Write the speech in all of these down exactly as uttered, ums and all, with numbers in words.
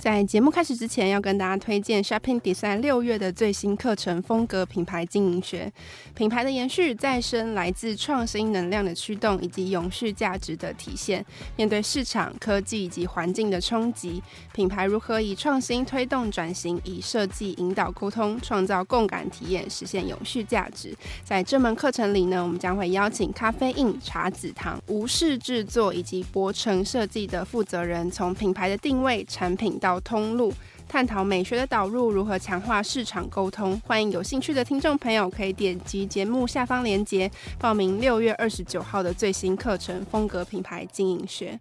在节目开始之前，要跟大家推荐 Shopping Design 六月的最新课程——风格品牌经营学。品牌的延续再生来自创新能量的驱动，以及永续价值的体现。面对市场、科技以及环境的冲击，品牌如何以创新推动转型，以设计引导沟通，创造共感体验，实现永续价值。在这门课程里呢，我们将会邀请咖啡印、茶籽堂、无视制作以及博成设计的负责人，从品牌的定位、产品到通路，探讨美学的导入如何强化市场沟通。欢迎有兴趣的听众朋友可以点击节目下方连结，报名六月二十九号的最新课程《风格品牌经营学》。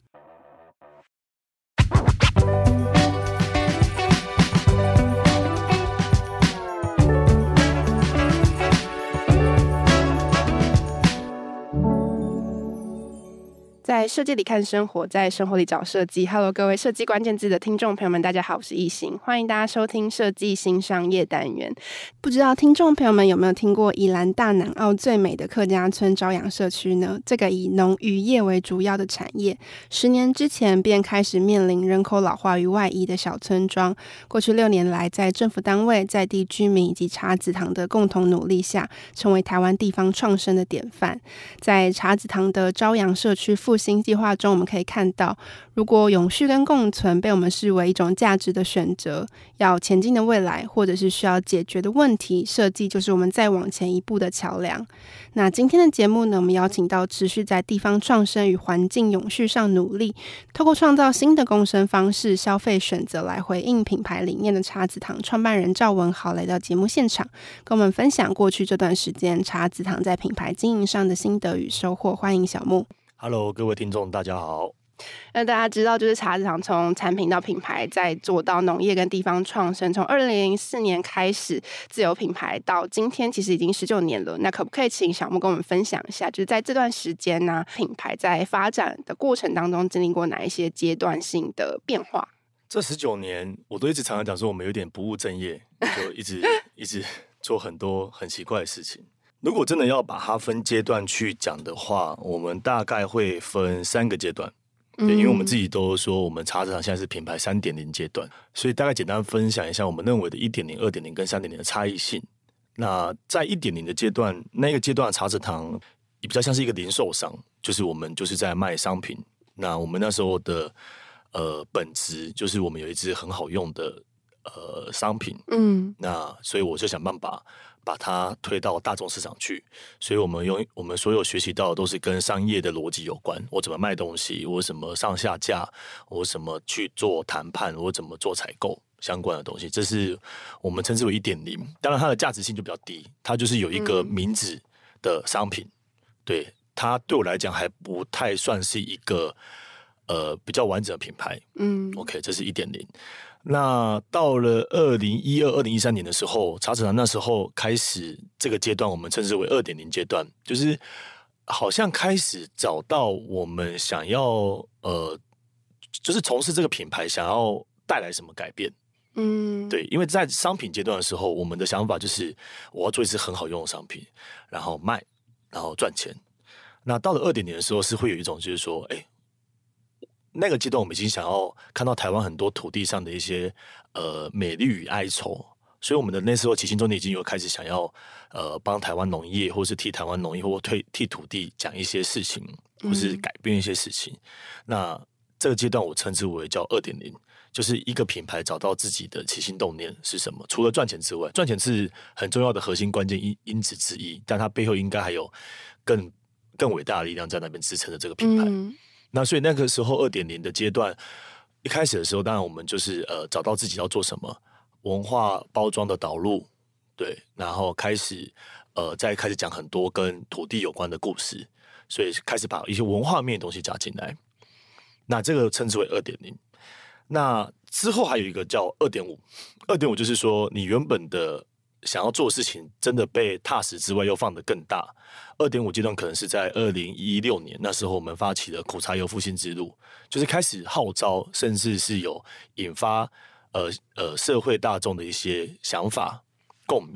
在设计里看生活，在生活里找设计。Hello， 各位设计关键字的听众朋友们，大家好，我是艺兴，欢迎大家收听设计新商业单元。不知道听众朋友们有没有听过宜兰大南澳最美的客家村朝阳社区呢？这个以农渔业为主要的产业，十年之前便开始面临人口老化与外移的小村庄。过去六年来，在政府单位、在地居民以及茶籽堂的共同努力下，成为台湾地方创生的典范。在茶籽堂的朝阳社区复兴计划中，我们可以看到，如果永续跟共存被我们视为一种价值的选择，要前进的未来或者是需要解决的问题，设计就是我们再往前一步的桥梁。那今天的节目呢，我们邀请到持续在地方创生与环境永续上努力，透过创造新的共生方式、消费选择来回应品牌理念的茶籽堂创办人赵文豪来到节目现场，跟我们分享过去这段时间茶籽堂在品牌经营上的心得与收获。欢迎小木。 Hello， 各位听众，大家好。 那大家知道，就是茶籽堂从产品到品牌，再做到农业跟地方创生，从二零零四年开始自有品牌，到今天其实已经十九年了。那可不可以请小木跟我们分享一下，就是在这段时间呢、啊，品牌在发展的过程当中，经历过哪一些阶段性的变化？ 这十九年，我都一直常常讲说，我们有点不务正业，就一直一直做很多很奇怪的事情。如果真的要把它分阶段去讲的话，我们大概会分三个阶段。对，因为我们自己都说我们茶籽堂现在是品牌 三点零 阶段，所以大概简单分享一下我们认为的 一点零、二点零 跟 三点零 的差异性。那在 一点零 的阶段，那个阶段的茶籽堂也比较像是一个零售商，就是我们就是在卖商品。那我们那时候的呃本质就是我们有一支很好用的呃商品，嗯，那所以我就想办法把它推到大众市场去，所以我们用我们所有学习到的都是跟商业的逻辑有关。我怎么卖东西，我怎么上下架，我怎么去做谈判，我怎么做采购相关的东西，这是我们称之为 一点零。 当然它的价值性就比较低，它就是有一个名字的商品，对，它对我来讲还不太算是一个呃比较完整的品牌。嗯 OK， 这是 一点零。那到了二零一二、二零一三年的时候，茶籽堂那时候开始这个阶段，我们称之为 二点零 阶段，就是好像开始找到我们想要呃，就是从事这个品牌想要带来什么改变。嗯，对，因为在商品阶段的时候，我们的想法就是我要做一支很好用的商品，然后卖，然后赚钱。那到了 二点零 的时候，是会有一种就是说，哎，那个阶段我们已经想要看到台湾很多土地上的一些呃美丽与哀愁，所以我们的那时候起心动念已经有开始想要呃帮台湾农业，或是替台湾农业或替替土地讲一些事情，或是改变一些事情。嗯、那这个阶段我称之为叫 二点零， 就是一个品牌找到自己的起心动念是什么。除了赚钱之外，赚钱是很重要的核心关键因因子之一，但它背后应该还有更更伟大的力量在那边支撑着这个品牌。嗯，那所以那个时候 二点零 的阶段一开始的时候，当然我们就是呃找到自己要做什么，文化包装的导入，对，然后开始呃再开始讲很多跟土地有关的故事，所以开始把一些文化面的东西加进来。那这个称之为 二点零。 那之后还有一个叫 二点五， 二点五 就是说你原本的想要做的事情真的被踏实之外又放得更大。 二点五 阶段可能是在二零一六年，那时候我们发起了苦茶油复兴之路，就是开始号召甚至是有引发呃呃社会大众的一些想法共鸣。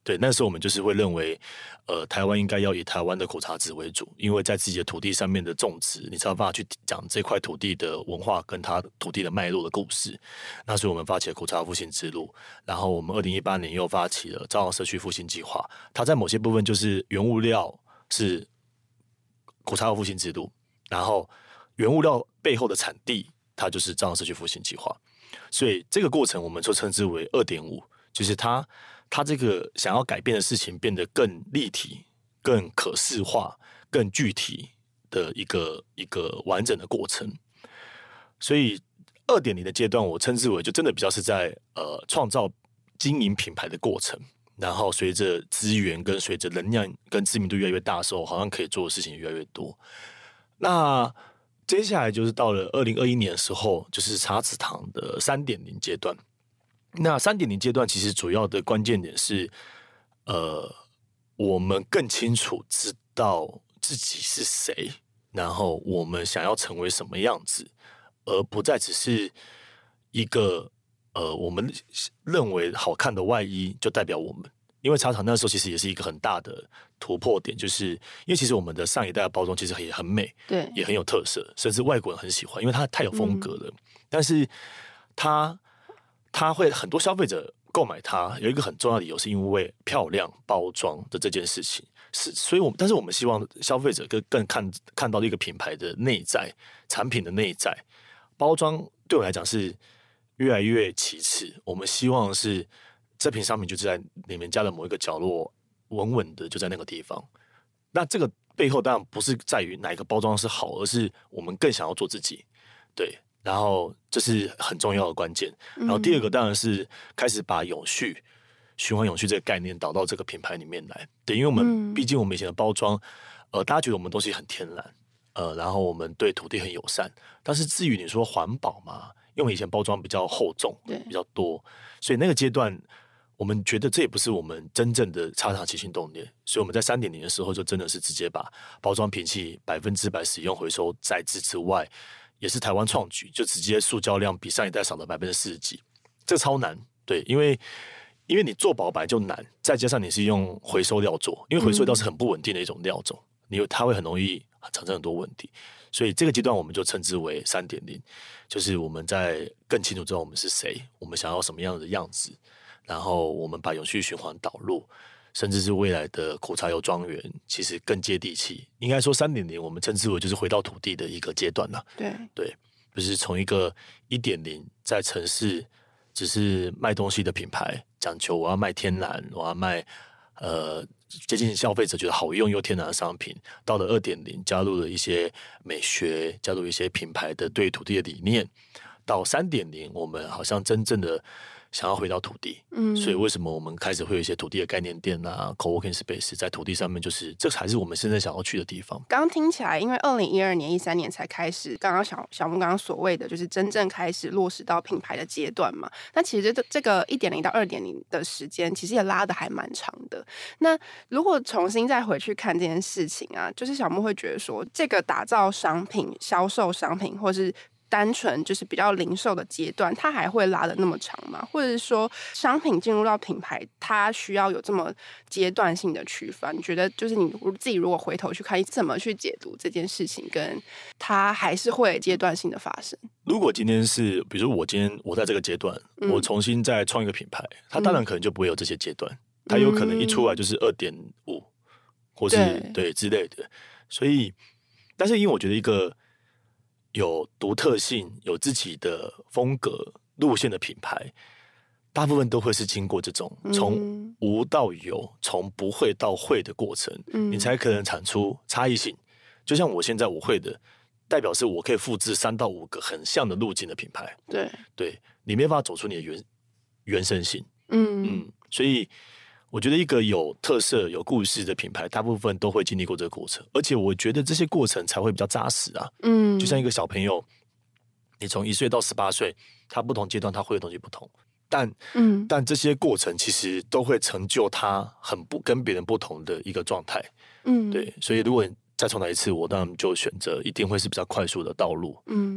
对，那时候我们就是会认为，呃，台湾应该要以台湾的苦茶籽为主，因为在自己的土地上面的种植，你才有办法去讲这块土地的文化跟它土地的脉络的故事。那所以我们发起了苦茶复兴之路，然后我们二零一八年又发起了朝阳社区复兴计划，它在某些部分就是原物料是苦茶复兴之路，然后原物料背后的产地，它就是朝阳社区复兴计划。所以这个过程我们就称之为 二点五， 就是它它这个想要改变的事情变得更立体、更可视化、更具体的一个一个完整的过程。所以 二点零 的阶段我称之为就真的比较是在呃创造经营品牌的过程，然后随着资源跟随着能量跟知名度越来越大的时候，好像可以做的事情越来越多。那接下来就是到了二零二一年的时候，就是茶籽堂的 三点零 阶段。那 三点零 阶段其实主要的关键点是，呃，我们更清楚知道自己是谁，然后我们想要成为什么样子，而不再只是一个呃我们认为好看的外衣就代表我们。因为茶厂那时候其实也是一个很大的突破点，就是因为其实我们的上一代的包装其实也很美， 对， 也很有特色，甚至外国人很喜欢，因为它太有风格了。嗯、但是它它会很多消费者购买它，有一个很重要的理由是因为漂亮包装的这件事情。是，所以我们但是我们希望消费者更更看看到一个品牌的内在，产品的内在，包装对我来讲是越来越其次。我们希望是。这瓶商品就在里面加了某一个角落，稳稳的就在那个地方。那这个背后当然不是在于哪一个包装是好，而是我们更想要做自己，对。然后这是很重要的关键。然后第二个当然是开始把永续、循环永续这个概念导到这个品牌里面来，对，因为我们毕竟我们以前的包装，呃，大家觉得我们东西很天然，呃，然后我们对土地很友善，但是至于你说环保嘛，因为我们以前包装比较厚重，比较多，所以那个阶段。我们觉得这也不是我们真正的茶厂起心动念，所以我们在 三点零 的时候就真的是直接把包装瓶器百分之百使用回收再制之外，也是台湾创举，就直接塑胶量比上一代少了百分之四十几，这个超难，对，因为因为你做薄白就难，再加上你是用回收料做，因为回收料是很不稳定的一种料种，你它会很容易产生很多问题，所以这个阶段我们就称之为 三点零， 就是我们在更清楚知道我们是谁，我们想要什么样的样子。然后我们把永续循环导入，甚至是未来的苦茶油庄园，其实更接地气。应该说 三点零 我们称之为就是回到土地的一个阶段了。 对对，就是从一个 一点零 在城市只是卖东西的品牌，讲求我要卖天然，我要卖呃接近消费者觉得好用又天然的商品，到了 二点零 加入了一些美学，加入一些品牌的对土地的理念，到 三点零 我们好像真正的想要回到土地，嗯，所以为什么我们开始会有一些土地的概念店啊 ，co-working space 在土地上面，就是这才是我们现在想要去的地方。 刚刚听起来，因为二零一二年、一三年才开始，刚刚小小木刚刚所谓的就是真正开始落实到品牌的阶段嘛。那其实这这个一点零到二点零的时间，其实也拉得还蛮长的。那如果重新再回去看这件事情啊，就是小木会觉得说，这个打造商品、销售商品，或是单纯就是比较零售的阶段，它还会拉得那么长吗？或者是说，商品进入到品牌，它需要有这么阶段性的区分？你觉得，就是你自己如果回头去看，你怎么去解读这件事情，跟它还是会阶段性的发生？ 如果今天是，比如说我今天我在这个阶段，嗯、我重新再创一个品牌，它当然可能就不会有这些阶段，嗯、它有可能一出来就是 二点五，或是 对, 对之类的。所以，但是因为我觉得一个有独特性、有自己的风格路线的品牌，大部分都会是经过这种从无到有、从不会到会的过程，嗯、你才可能产出差异性。就像我现在我会的，代表是我可以复制三到五个很像的路径的品牌。 对， 对，你没办法走出你的原原生性。 嗯嗯，所以我觉得一个有特色、有故事的品牌，大部分都会经历过这个过程，而且我觉得这些过程才会比较扎实啊。嗯，就像一个小朋友，你从一岁到十八岁，他不同阶段他会的东西不同，但嗯，但这些过程其实都会成就他很不跟别人不同的一个状态。嗯，对，所以如果再重来一次，我当然就选择一定会是比较快速的道路。嗯，对，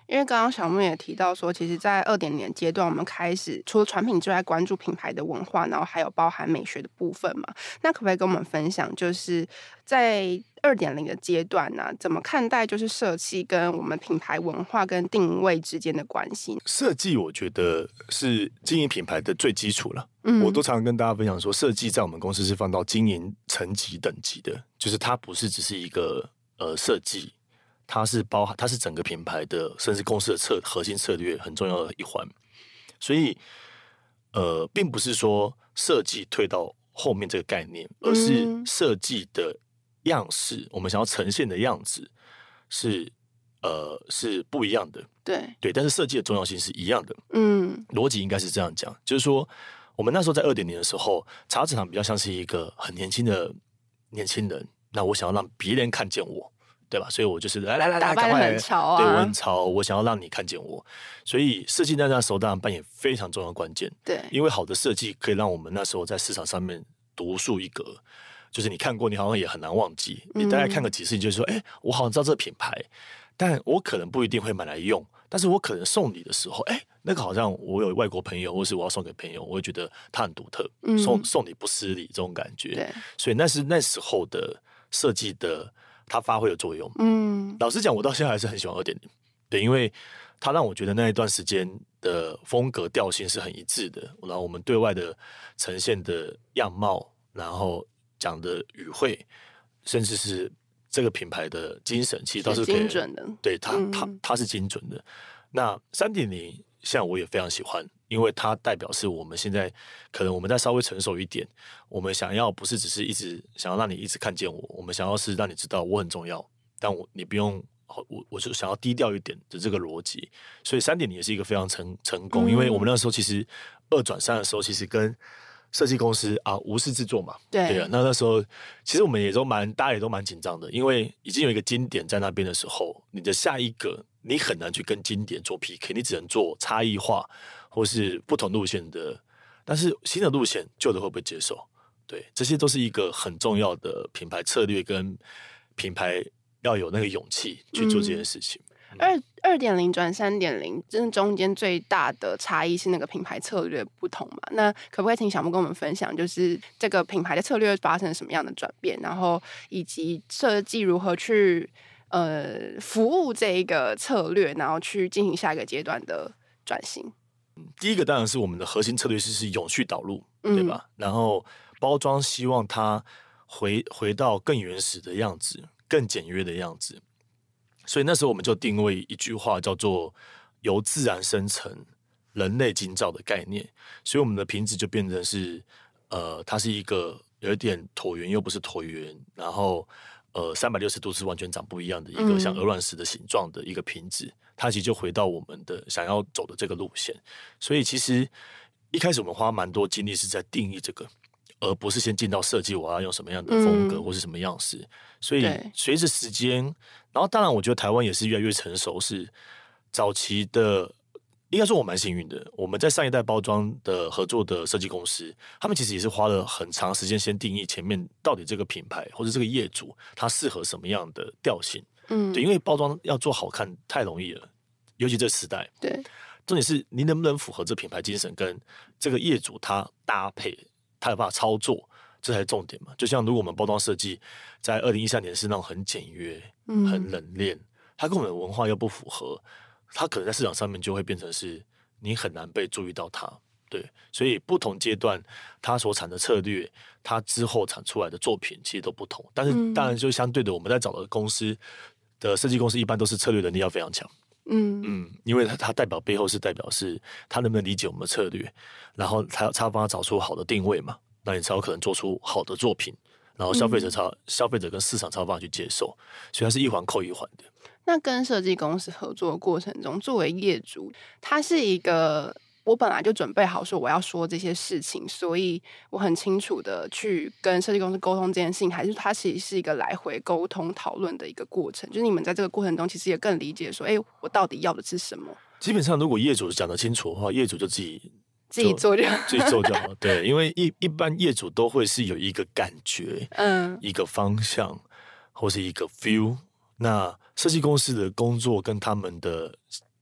因为刚刚小木也提到说，其实在二点零阶段，我们开始除了产品之外，关注品牌的文化，然后还有包含美学的部分嘛。那可不可以跟我们分享，就是在二点零的阶段呢、啊，怎么看待就是设计跟我们品牌文化跟定位之间的关系？ 设计我觉得是经营品牌的最基础了。嗯，我都常常跟大家分享说，设计在我们公司是放到经营层级等级的，就是它不是只是一个呃设计。它是包含，它是整个品牌的，甚至公司的策核心策略很重要的一环。所以，呃，并不是说设计退到后面这个概念，而是设计的样式，嗯、我们想要呈现的样子是呃是不一样的。 对对，但是设计的重要性是一样的。 嗯， 逻辑应该是这样讲，就是说，我们那时候在二点零的时候，茶纸厂比较像是一个很年轻的年轻人，那我想要让别人看见我。对吧？所以我就是来来来来， 打扮很潮啊！ 对，我很潮，我想要让你看见我。所以设计在那时候当然扮演非常重要的关键。 对， 因为好的设计可以让我们那时候在市场上面独树一格，就是你看过，你好像也很难忘记。嗯、你大概看个几次，你就说，哎，我好像知道这个品牌，但我可能不一定会买来用，但是我可能送礼的时候，哎，那个好像我有外国朋友，或是我要送给朋友，我会觉得它很独特，嗯、送送礼不失礼这种感觉。 对， 所以那是那时候的设计的。它发挥的作用，嗯，老实讲，我到现在还是很喜欢二点零，对，因为它让我觉得那一段时间的风格调性是很一致的，然后我们对外的呈现的样貌，然后讲的语汇，甚至是这个品牌的精神，其实都是可以精准的， 对它，嗯、它它是精准的。那三点零，像我也非常喜欢。因为它代表是我们现在可能我们再稍微成熟一点，我们想要不是只是一直想要让你一直看见我，我们想要是让你知道我很重要，但我你不用我我就想要低调一点的这个逻辑，所以三点零也是一个非常成成功，嗯、因为我们那时候其实二转三的时候，其实跟设计公司啊无视制作嘛， 对对啊，那那时候其实我们也都蛮大家也都蛮紧张的，因为已经有一个经典在那边的时候，你的下一个你很难去跟经典做 P K， 你只能做差异化。或是不同路线的，但是新的路线旧的会不会接受？对，这些都是一个很重要的品牌策略跟品牌要有那个勇气去做这件事情。 二二点零转三点零，真的中间最大的差异是那个品牌策略不同嘛？那可不可以请小木跟我们分享，就是这个品牌的策略发生了什么样的转变，然后以及设计如何去呃服务这一个策略，然后去进行下一个阶段的转型？ 第一个当然是我们的核心策略是是永续导入，对吧？嗯、然后包装希望它回回到更原始的样子，更简约的样子。所以那时候我们就定位一句话叫做“由自然生成，人类精造”的概念。所以我们的瓶子就变成是呃，它是一个有一点椭圆又不是椭圆，然后呃三百六十度是完全长不一样的一个像鹅卵石的形状的一个瓶子。它其实就回到我们的想要走的这个路线，所以其实一开始我们花蛮多精力是在定义这个，而不是先进到设计我要用什么样的风格或是什么样式。嗯、所以随着时间，然后当然我觉得台湾也是越来越成熟，是早期的，应该说我蛮幸运的，我们在上一代包装的合作的设计公司，他们其实也是花了很长时间先定义前面到底这个品牌或者这个业主他适合什么样的调性。嗯，对，因为包装要做好看太容易了，尤其这时代。 对， 重点是你能不能符合这品牌精神，跟这个业主他搭配，他有办法操作，这才是重点嘛。就像如果我们包装设计在二零一三年是那种很简约、嗯、很冷链，它跟我们的文化又不符合，它可能在市场上面就会变成是你很难被注意到它。对，所以不同阶段它所产的策略，它之后产出来的作品其实都不同。但是当然就相对的，我们在找的公司。的设计公司一般都是策略能力要非常强，嗯嗯，因为它它代表背后是代表是它能不能理解我们的策略，然后它它帮他找出好的定位嘛，那你才有可能做出好的作品，然后消费者才、嗯、消费者跟市场才有办法去接受，所以它是一环扣一环的。 那跟设计公司合作的过程中，作为业主，它是一个。我本来就准备好说我要说这些事情，所以我很清楚的去跟设计公司沟通这件事情，还是它其实是一个来回沟通讨论的一个过程。就是你们在这个过程中，其实也更理解说，哎，我到底要的是什么。 基本上，如果业主讲得清楚的话，业主就自己自己做就好， 自己做就好。对，因为一一般业主都会是有一个感觉，嗯，一个方向或是一个 feel。那设计公司的工作跟他们的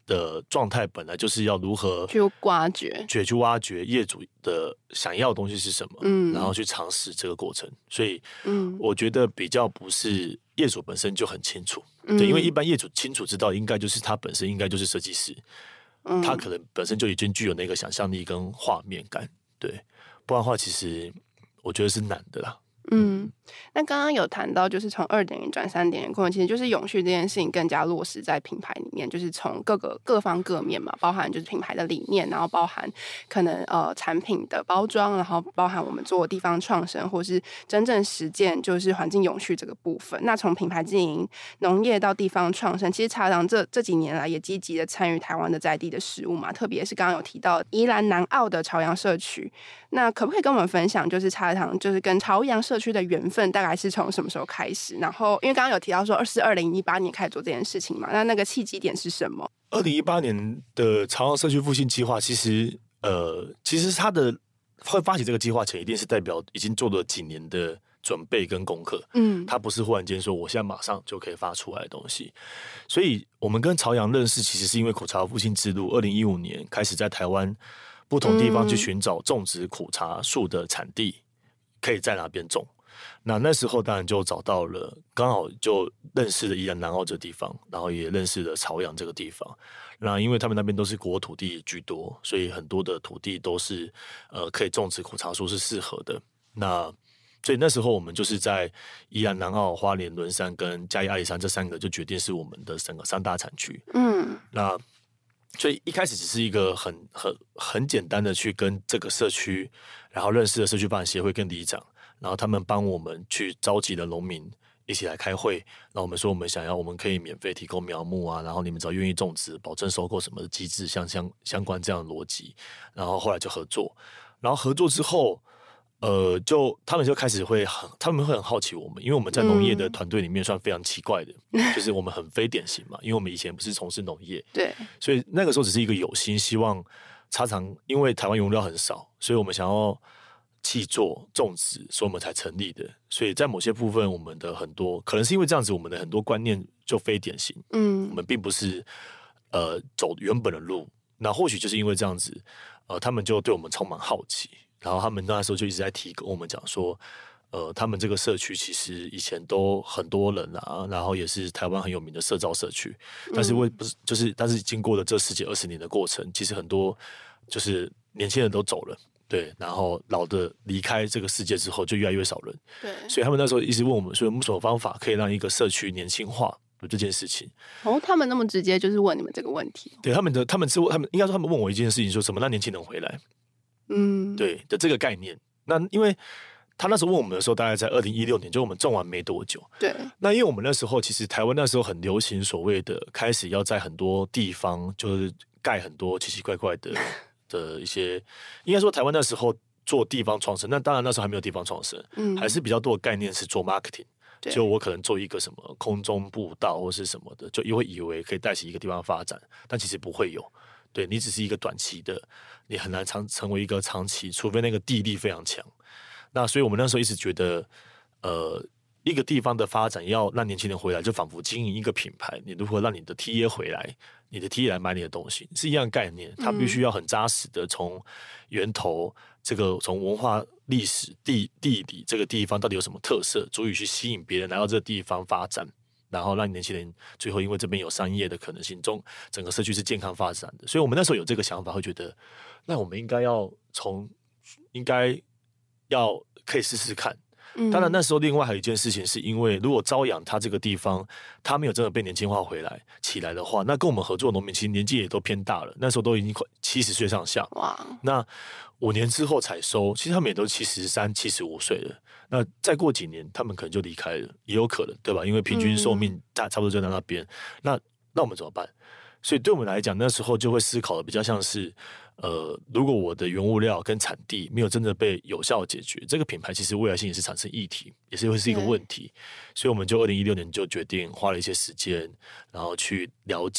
的状态本来就是要如何去挖掘， 去去挖掘业主的想要的东西是什么，嗯，然后去尝试这个过程。所以，嗯，我觉得比较不是业主本身就很清楚，嗯、对，因为一般业主清楚知道，应该就是他本身应该就是设计师，嗯，他可能本身就已经具有那个想象力跟画面感，对，不然的话，其实我觉得是难的啦。 嗯，那刚刚有谈到，就是从二点零转三点零过程，其实就是永续这件事情更加落实在品牌里面，就是从各个各方各面嘛，包含就是品牌的理念，然后包含可能呃产品的包装，然后包含我们做地方创生，或是真正实践就是环境永续这个部分。那从品牌经营、农业到地方创生，其实茶堂这这几年来也积极的参与台湾的在地的事务嘛，特别是刚刚有提到宜兰南澳的朝阳社区，那可不可以跟我们分享，就是茶堂就是跟朝阳社区的缘分大概是从什么时候开始？然后因为刚刚有提到说是二零一八年开始做这件事情嘛，那那个契机点是什么？ 二零一八年的朝阳社区复兴计划，其实呃，其实它的会发起这个计划前，一定是代表已经做了几年的准备跟功课。嗯，它不是忽然间说我现在马上就可以发出来的东西。所以我们跟朝阳认识，其实是因为苦茶复兴之路，二零一五年开始在台湾不同地方去寻找种植苦茶树的产地，可以在哪边种。那那时候当然就找到了，刚好就认识了宜兰南澳这个地方，然后也认识了朝阳这个地方。那因为他们那边都是国土地居多，所以很多的土地都是呃可以种植苦茶树是适合的。那所以那时候我们就是在宜兰南澳、花莲、仑山跟嘉义阿里山这三个就决定是我们的整个三大产区。嗯，那所以一开始只是一个很很很简单的去跟这个社区，然后认识了社区发展协会跟里长。然后他们帮我们去召集了农民一起来开会，然后我们说我们想要，我们可以免费提供苗木啊，然后你们只要愿意种植，保证收购什么的机制，相相相关这样的逻辑。然后后来就合作，然后合作之后，呃，就他们就开始会很，他们会很好奇我们，因为我们在农业的团队里面算非常奇怪的，嗯、就是我们很非典型嘛，因为我们以前不是从事农业， 对， 所以那个时候只是一个有心希望茶厂，因为台湾原料很少，所以我们想要契作种植，所以我们才成立的。所以在某些部分，我们的很多可能是因为这样子，我们的很多观念就非典型。嗯，我们并不是呃走原本的路。那或许就是因为这样子，呃，他们就对我们充满好奇。然后他们那时候就一直在提跟我们讲说，呃，他们这个社区其实以前都很多人啊，然后也是台湾很有名的社造社区。但是为不是就是，但是经过了这十几二十年的过程，其实很多就是年轻人都走了。对，然后老的离开这个世界之后，就越来越少人。 对， 所以他们那时候一直问我们，说有什么方法可以让一个社区年轻化的这件事情。 哦，他们那么直接就是问你们这个问题？ 对，他们的他们是他们应该说他们问我一件事情，说什么让年轻人回来？嗯，对的这个概念。那因为他那时候问我们的时候，大概在二零一六年，就我们种完没多久。 对。 那因为我们那时候其实台湾那时候很流行所谓的开始要在很多地方就是盖很多奇奇怪怪的。的一些，应该说台湾那时候做地方创生，那当然那时候还没有地方创生，嗯，还是比较多的概念是做 marketing， 就我可能做一个什么空中步道或是什么的，就也会以为可以带起一个地方发展，但其实不会有，对你只是一个短期的，你很难长成为一个长期，除非那个地力非常强。那所以我们那时候一直觉得，呃，一个地方的发展要让年轻人回来，就仿佛经营一个品牌，你如何让你的 T A 回来？你的 T A 来买你的东西是一样的概念，它必须要很扎实的从源头，这个从文化、历史、地地理这个地方到底有什么特色，足以去吸引别人来到这个地方发展，然后让年轻人最后因为这边有商业的可能性，中整个社区是健康发展的。所以我们那时候有这个想法，会觉得那我们应该要从应该要可以试试看。当然那时候另外还有一件事情，是因为如果朝阳它这个地方它没有真的被年轻化回来起来的话，那跟我们合作的农民其实年纪也都偏大了，那时候都已经快七十岁上下。哇！那五年之后才收，其实他们也都七十三、七十五岁了。那再过几年，他们可能就离开了，也有可能，对吧？因为平均寿命大差不多就在那边。嗯、那那我们怎么办？所以对我们来讲，那时候就会思考的比较像是，呃，如果我的原物料跟产地没有真的被有效解决，这个品牌其实未来性也是产生议题，也是会是一个问题。所以我们就二零一六年就决定花了一些时间，然后去了解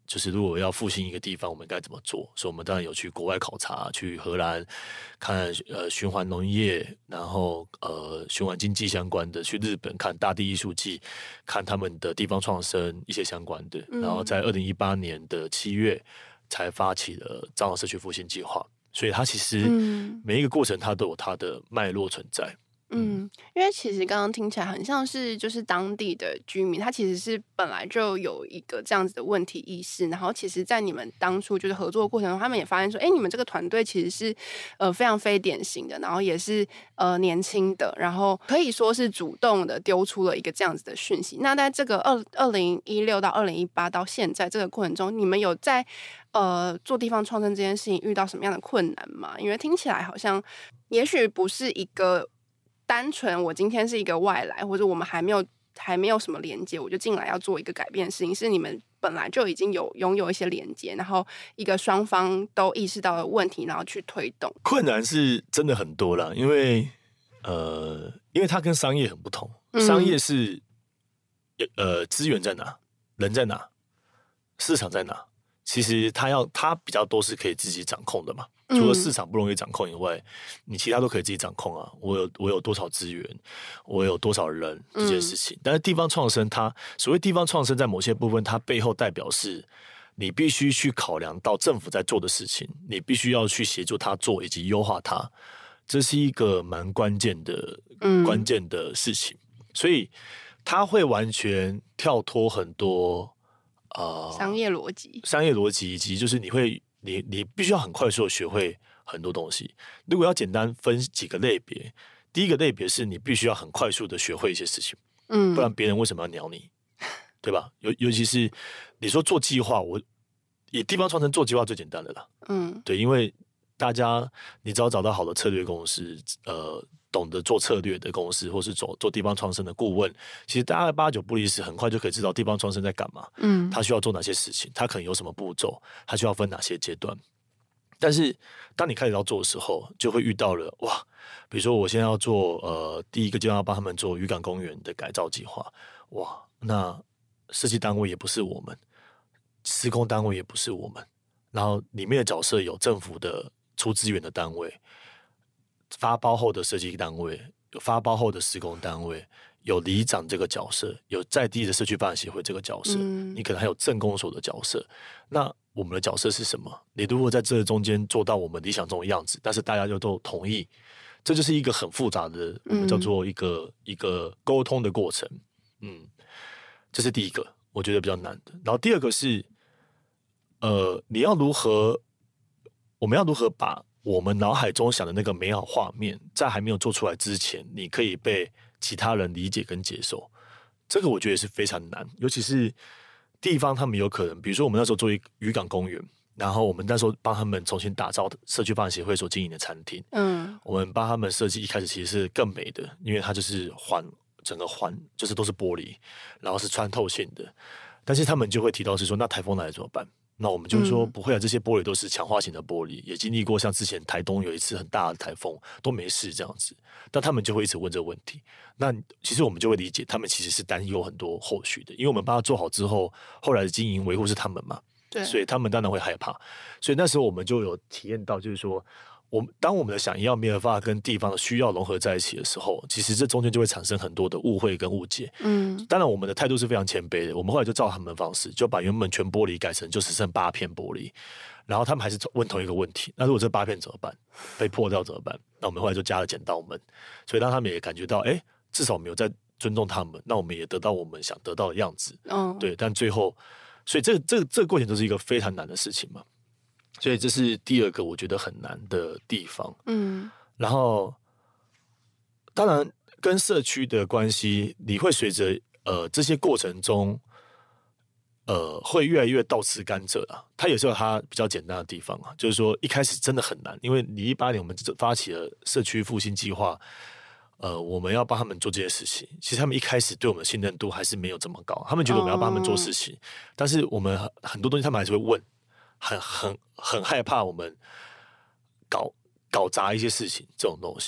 就是如果要复兴一个地方，我们该怎么做？所以我们当然有去国外考察，去荷兰看呃循环农业，然后呃循环经济相关的，去日本看大地艺术季，看他们的地方创生一些相关的。嗯、然后在二零一八年的七月才发起了彰化社区复兴计划。所以它其实每一个过程它都有它的脉络存在。 嗯，因为其实刚刚听起来很像是就是当地的居民，他其实是本来就有一个这样子的问题意识，然后其实在你们当初就是合作的过程中，他们也发现说，哎，你们这个团队其实是呃非常非典型的，然后也是呃年轻的，然后可以说是主动的丢出了一个这样子的讯息。那在这个二二零一六到二零一八到现在这个过程中，你们有在呃做地方创生这件事情遇到什么样的困难吗？因为听起来好像也许不是一个单纯我今天是一个外来，或者我们还没有还没有什么连接，我就进来要做一个改变的事情，是你们本来就已经有拥有一些连接，然后一个双方都意识到了问题，然后去推动。 困难是真的很多啦，因为呃，因为它跟商业很不同，商业是、嗯、呃资源在哪，人在哪，市场在哪，其实它要它比较多是可以自己掌控的嘛。除了市场不容易掌控以外，你其他都可以自己掌控啊。我有我有多少资源，我有多少人这件事情。嗯、但是地方创生它，它所谓地方创生，在某些部分，它背后代表是你必须去考量到政府在做的事情，你必须要去协助他做以及优化它，这是一个蛮关键的、嗯、关键的事情。所以它会完全跳脱很多呃商业逻辑、 商业逻辑以及就是你会。你你必须要很快速的学会很多东西。如果要简单分几个类别，第一个类别是你必须要很快速的学会一些事情，嗯，不然别人为什么要鸟你，对吧？尤尤其是你说做计划，我以地方创生做计划最简单的啦，嗯，对，因为大家你只要找到好的策略公司，呃。懂得做策略的公司，或是走做地方创生的顾问，其实大概八九不离十，很快就可以知道地方创生在干嘛。嗯，他需要做哪些事情，他可能有什么步骤，他需要分哪些阶段。但是当你开始要做的时候，就会遇到了哇，比如说我现在要做呃第一个阶段要帮他们做渔港公园的改造计划，哇，那设计单位也不是我们，施工单位也不是我们，然后里面的角色有政府的出资源的单位。发包后的设计单位，有发包后的施工单位，有里长这个角色，有在地的社区发展协会这个角色，嗯、你可能还有镇公所的角色。那我们的角色是什么？你如果在这中间做到我们理想中的样子，但是大家又都同意，这就是一个很复杂的，我们叫做一个、嗯、一个沟通的过程。嗯，这是第一个，我觉得比较难的。然后第二个是，呃，你要如何，我们要如何把我们脑海中想的那个美好画面，在还没有做出来之前，你可以被其他人理解跟接受，这个我觉得是非常难。尤其是地方，他们有可能，比如说我们那时候做一个渔港公园，然后我们那时候帮他们重新打造社区发展协会所经营的餐厅，嗯，我们帮他们设计，一开始其实是更美的，因为它就是环整个环就是都是玻璃，然后是穿透性的，但是他们就会提到是说，那台风来了怎么办？那我们就说不会啊，这些玻璃都是强化型的玻璃，也经历过像之前台东有一次很大的台风都没事这样子，但他们就会一直问这个问题。那其实我们就会理解，他们其实是担忧很多后续的，因为我们帮他做好之后，后来的经营维护是他们嘛，对，所以他们当然会害怕。所以那时候我们就有体验到，就是说，我们当我们的想要没有办法跟地方的需要融合在一起的时候，其实这中间就会产生很多的误会跟误解。嗯，当然我们的态度是非常谦卑的，我们后来就照他们的方式，就把原本全玻璃改成就只剩八片玻璃，然后他们还是问同一个问题：那如果这八片怎么办？被破掉怎么办？那我们后来就加了剪刀门，所以让他们也感觉到，哎，至少我们有在尊重他们，那我们也得到我们想得到的样子。嗯，对，但最后，所以这个这个这个过程都是一个非常难的事情嘛。所以这是第二个我觉得很难的地方。嗯，然后当然跟社区的关系，你会随着呃这些过程中，呃会越来越倒吃甘蔗啊。它也是有它比较简单的地方啊，就是说一开始真的很难，因为你一八年我们发起了社区复兴计划，呃，我们要帮他们做这件事情。其实他们一开始对我们的信任度还是没有这么高，他们觉得我们要帮他们做事情，哦、但是我们很多东西他们还是会问。很很很害怕我们搞搞砸一些事情这种东西，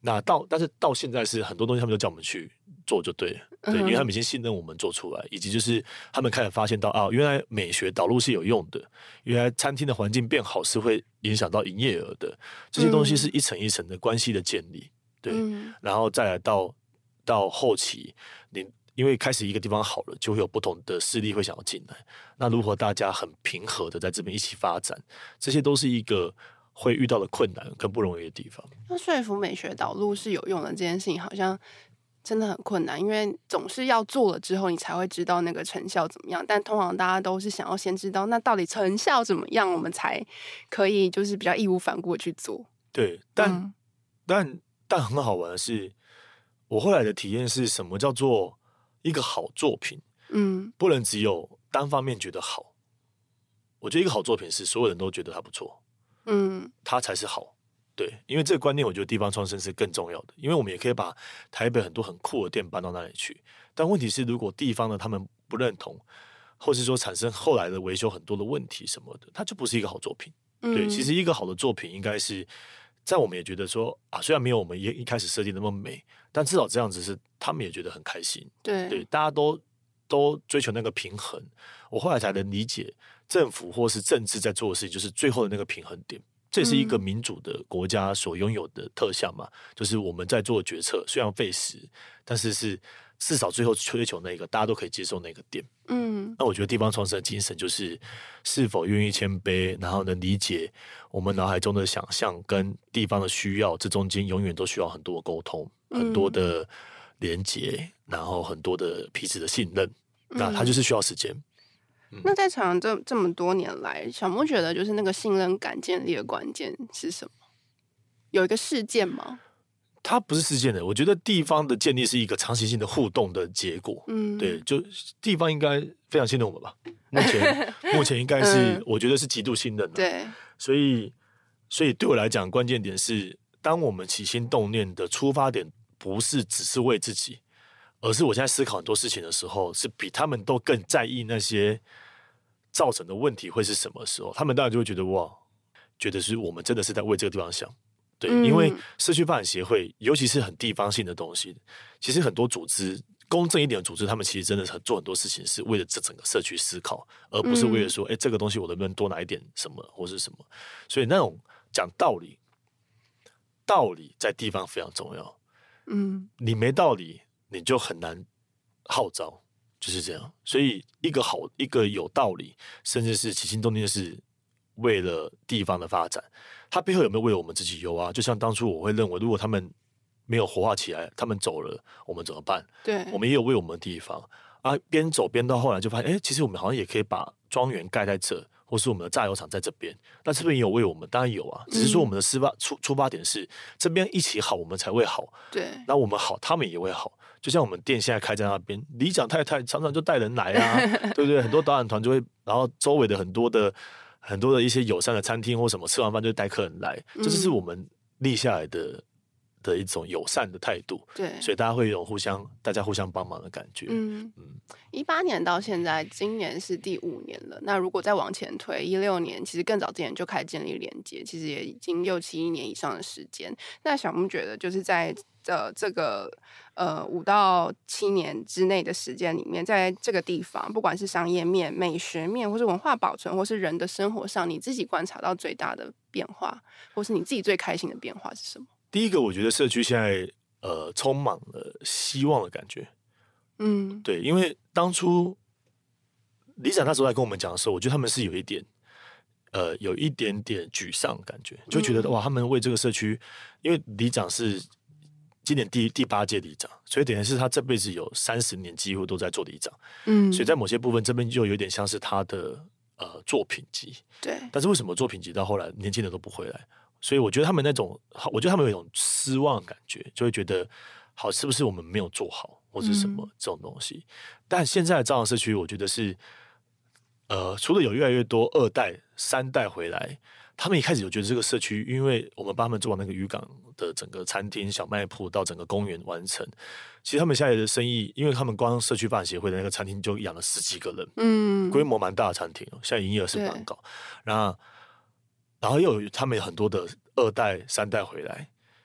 那到但是到现在是很多东西他们都叫我们去做就对了，对，因为他们已经信任我们做出来，以及就是他们开始发现到啊，原来美学导入是有用的，原来餐厅的环境变好是会影响到营业额的，这些东西是一层一层的关系的建立，对，嗯、然后再来到到后期，你因为开始一个地方好了，就会有不同的势力会想要进来，那如何大家很平和的在这边一起发展，这些都是一个会遇到的困难跟不容易的地方。 那说服美学导入是有用的这件事情，好像真的很困难，因为总是要做了之后，你才会知道那个成效怎么样。但通常大家都是想要先知道，那到底成效怎么样，我们才可以就是比较义无反顾的去做。 对，但、嗯、但但很好玩的是，我后来的体验是什么叫做一个好作品？嗯，不能只有单方面觉得好。我觉得一个好作品是所有人都觉得它不错。嗯，它才是好，对，因为这个观念，我觉得地方创生是更重要的，因为我们也可以把台北很多很酷的店搬到那里去，但问题是，如果地方的他们不认同，或是说产生后来的维修很多的问题什么的，它就不是一个好作品。嗯、对，其实一个好的作品应该是在我们也觉得说啊，虽然没有我们一一开始设计那么美，但至少这样子是他们也觉得很开心。 对， 对，大家都都追求那个平衡。我后来才能理解。政府或是政治在做的事情，就是最后的那个平衡点。这也是一个民主的国家所拥有的特项嘛，嗯、就是我们在做的决策虽然费时，但是是至少最后追求那个大家都可以接受那个点。嗯，那我觉得地方创生的精神就是是否愿意谦卑，然后能理解我们脑海中的想象跟地方的需要，这中间永远都需要很多的沟通，嗯、很多的连结，然后很多的彼此的信任。嗯、那它就是需要时间。 那在场这这么多年来，小木觉得就是那个信任感建立的关键是什么？有一个事件吗？ 它不是事件的，我觉得地方的建立是一个长期性的互动的结果。嗯，对，就地方应该非常信任我们吧？目前目前应该是，嗯、我觉得是极度信任的。 对， 所以所以对我来讲，关键点是，当我们起心动念的出发点不是只是为自己，而是我现在思考很多事情的时候，是比他们都更在意那些造成的问题会是什么时候，他们当然就会觉得哇，觉得是我们真的是在为这个地方想。对，嗯、因为社区发展协会，尤其是很地方性的东西，其实很多组织公正一点的组织，他们其实真的很做很多事情是为了这整个社区思考，而不是为了说，哎、嗯，这个东西我能不能多拿一点什么或是什么。所以那种讲道理，道理在地方非常重要。嗯，你没道理，你就很难号召，就是这样。所以一个好，一个有道理，甚至是起心动念是为了地方的发展，它背后有没有为了我们自己有啊？就像当初我会认为，如果他们没有活化起来，他们走了，我们怎么办？ 对， 我们也有为我们的地方啊，边走边到后来就发现，哎，其实我们好像也可以把庄园盖在这，或是我们的榨油厂在这边，那这边也有为我们，当然有啊，只是说我们的出发、嗯、出出发点是这边一起好，我们才会好。 对， 那我们好，他们也会好。就像我们店现在开在那边，里长太太常常就带人来啊，对不对？很多导览团就会，然后周围的很多的很多的一些友善的餐厅或什么，吃完饭就带客人来，嗯、这就是我们立下来的的一种友善的态度。 对， 所以大家会有互相大家互相帮忙的感觉。 嗯嗯，一八年到现在，今年是第五年了。那如果再往前推，一六年其实更早之前就开始建立连接，其实也已经六七年以上的时间。那小木觉得，就是在呃这个呃五到七年之内的时间里面，在这个地方，不管是商业面、美学面，或是文化保存，或是人的生活上，你自己观察到最大的变化，或是你自己最开心的变化是什么？ 第一个，我觉得社区现在呃充满了希望的感觉。嗯，对，因为当初里长那时候来跟我们讲的时候，我觉得他们是有一点呃有一点点沮丧的感觉，就觉得、嗯、哇，他们为这个社区，因为里长是今年第第八届里长，所以等于是他这辈子有三十年几乎都在做里长。嗯，所以在某些部分这边就有点像是他的呃作品集。 对， 但是为什么作品集到后来年轻人都不回来？所以我觉得他们那种，我觉得他们有一种失望的感觉，就会觉得好，是不是我们没有做好，或是什么这种东西？嗯、但现在的朝阳社区，我觉得是，呃，除了有越来越多二代、三代回来，他们一开始有觉得这个社区，因为我们帮他们做完那个渔港的整个餐厅、小卖铺到整个公园完成，其实他们现在的生意，因为他们光社区发展协会的那个餐厅就养了十几个人，嗯，规模蛮大的餐厅，现在营业额是蛮高，然后。然后又有他们有很多的二代、三代回来，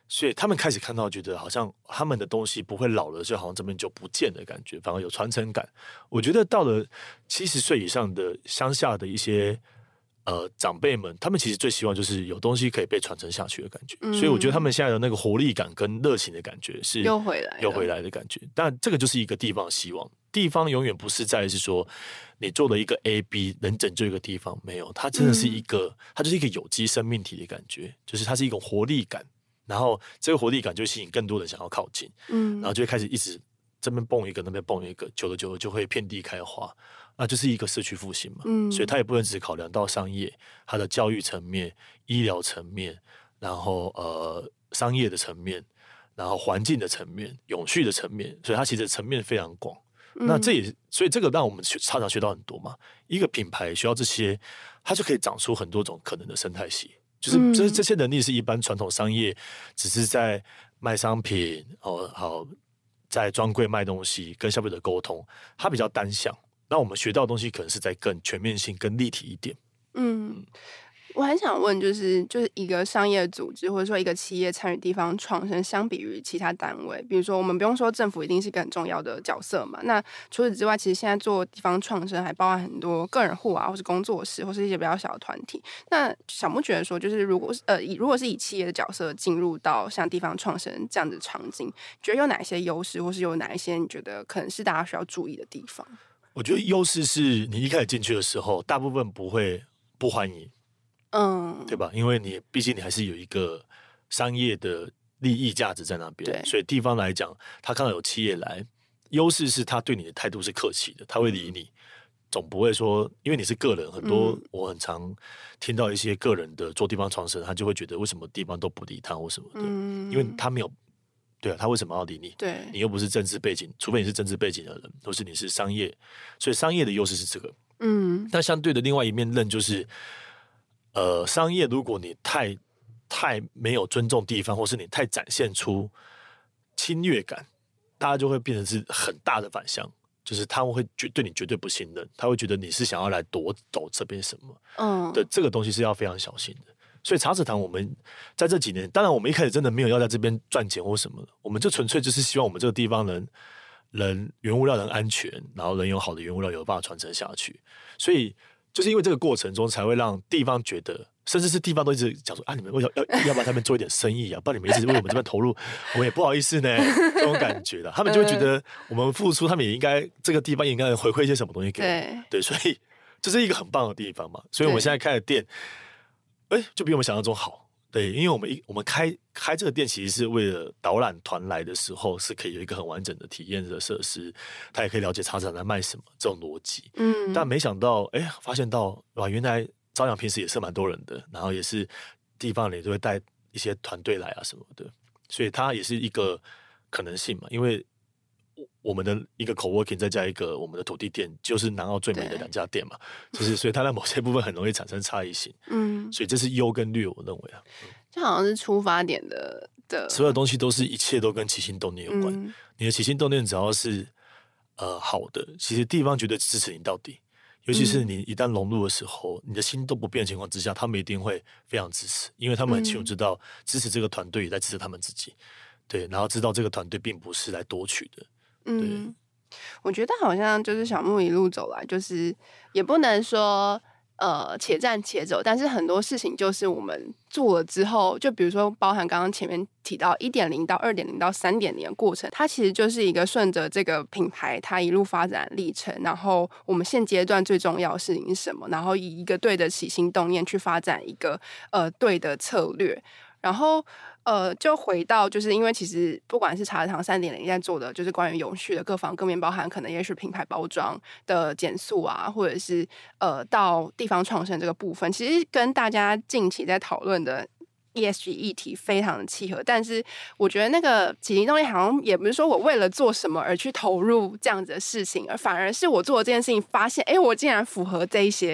所以他们开始看到，觉得好像他们的东西不会老了，就好像这边就不见的感觉，反而有传承感。我觉得到了七十岁以上的乡下的一些呃长辈们，他们其实最希望就是有东西可以被传承下去的感觉。嗯、所以我觉得他们现在的那个活力感跟热情的感觉是又回来又回来的感觉。但这个就是一个地方的希望。地方永远不是在是说你做了一个 A B 能拯救一个地方，没有，它真的是一个，嗯、它就是一个有机生命体的感觉，就是它是一种活力感，然后这个活力感就吸引更多人想要靠近，嗯，然后就会开始一直这边蹦一个，那边蹦一个，久了久了就会遍地开花，那就是一个社区复兴嘛，嗯，所以它也不能只考量到商业，它的教育层面、医疗层面，然后呃商业的层面，然后环境的层面、永续的层面，所以它其实层面非常广。那这也所以这个让我们常常学到很多嘛。一个品牌需要这些，它就可以长出很多种可能的生态系。就是这这些能力是一般传统商业只是在卖商品哦，好在专柜卖东西跟消费者沟通，它比较单向。那我们学到的东西可能是在更全面性、更立体一点。嗯。 嗯我很想问，就是就是一个商业组织或者说一个企业参与地方创生，相比于其他单位，比如说我们不用说政府一定是一个很重要的角色嘛。那除此之外，其实现在做地方创生还包含很多个人户啊，或是工作室，或是一些比较小的团体。那小木觉得说，就是如果呃以如果是以企业的角色进入到像地方创生这样的场景，觉得有哪些优势，或是有哪一些你觉得可能是大家需要注意的地方？ 我觉得优势是你一开始进去的时候，大部分不会不欢迎。嗯，对吧？因为你毕竟你还是有一个商业的利益价值在那边，所以地方来讲，他看到有企业来，优势是他对你的态度是客气的，他会理你，总不会说因为你是个人。很多、嗯、我很常听到一些个人的做地方创生，他就会觉得为什么地方都不理他或什么的，嗯、因为他没有。对啊，他为什么要理你？ 对， 你又不是政治背景，除非你是政治背景的人，或是你是商业，所以商业的优势是这个。嗯，但相对的另外一面刃就是。呃，商业如果你太太没有尊重地方，或是你太展现出侵略感，大家就会变成是很大的反向，就是他们会绝对你绝对不信任，他会觉得你是想要来夺走这边什么，嗯，的这个东西是要非常小心的。所以茶籽堂我们在这几年，当然我们一开始真的没有要在这边赚钱或什么的，我们就纯粹就是希望我们这个地方人人原物料能安全，然后能有好的原物料有办法传承下去，所以。就是因为这个过程中，才会让地方觉得，甚至是地方都一直讲说啊，你们要要要不然他们做一点生意啊，不然你们一直为我们这边投入，我们也不好意思呢，这种感觉的，他们就会觉得我们付出，他们也应该这个地方也应该回馈一些什么东西给我们，对，对，所以这是一个很棒的地方嘛，所以我们现在开的店，哎，就比我们想象中好。对，因为我们一我们开开这个店，其实是为了导览团来的时候，是可以有一个很完整的体验的设施，他也可以了解茶籽堂在卖什么这种逻辑。嗯，但没想到，哎，发现到哇，原来朝阳平时也是蛮多人的，然后也是地方里都会带一些团队来啊什么的，所以它也是一个可能性嘛，因为。我们的一个 coworking 再加一个我们的土地店，就是南澳最美的两家店嘛，就是所以它在某些部分很容易产生差异性，嗯，所以这是优跟劣，我认为啊， 这好像是出发点的的， 所有东西都是一切都跟起心动念有关，嗯、你的起心动念只要是呃好的，其实地方绝对支持你到底，尤其是你一旦融入的时候，你的心都不变的情况之下，他们一定会非常支持，因为他们很清楚知道支持这个团队也在支持他们自己，对，然后知道这个团队并不是来夺取的。嗯， 我觉得好像就是小木一路走来，就是也不能说呃且战且走，但是很多事情就是我们做了之后，就比如说包含刚刚前面提到一点零到二点零到三点零的过程，它其实就是一个顺着这个品牌它一路发展历程，然后我们现阶段最重要的事情是什么，然后以一个对的起心动念去发展一个呃对的策略，然后。呃，就回到，就是因为其实不管是茶籽堂三点零在做的，就是关于永续的各方各面，包含可能也许品牌包装的减速啊，或者是呃到地方创生这个部分，其实跟大家近期在讨论的 E S G 议题非常的契合。但是我觉得那个起心动念好像也不是说我为了做什么而去投入这样子的事情，而反而是我做了这件事情，发现哎，我竟然符合这一些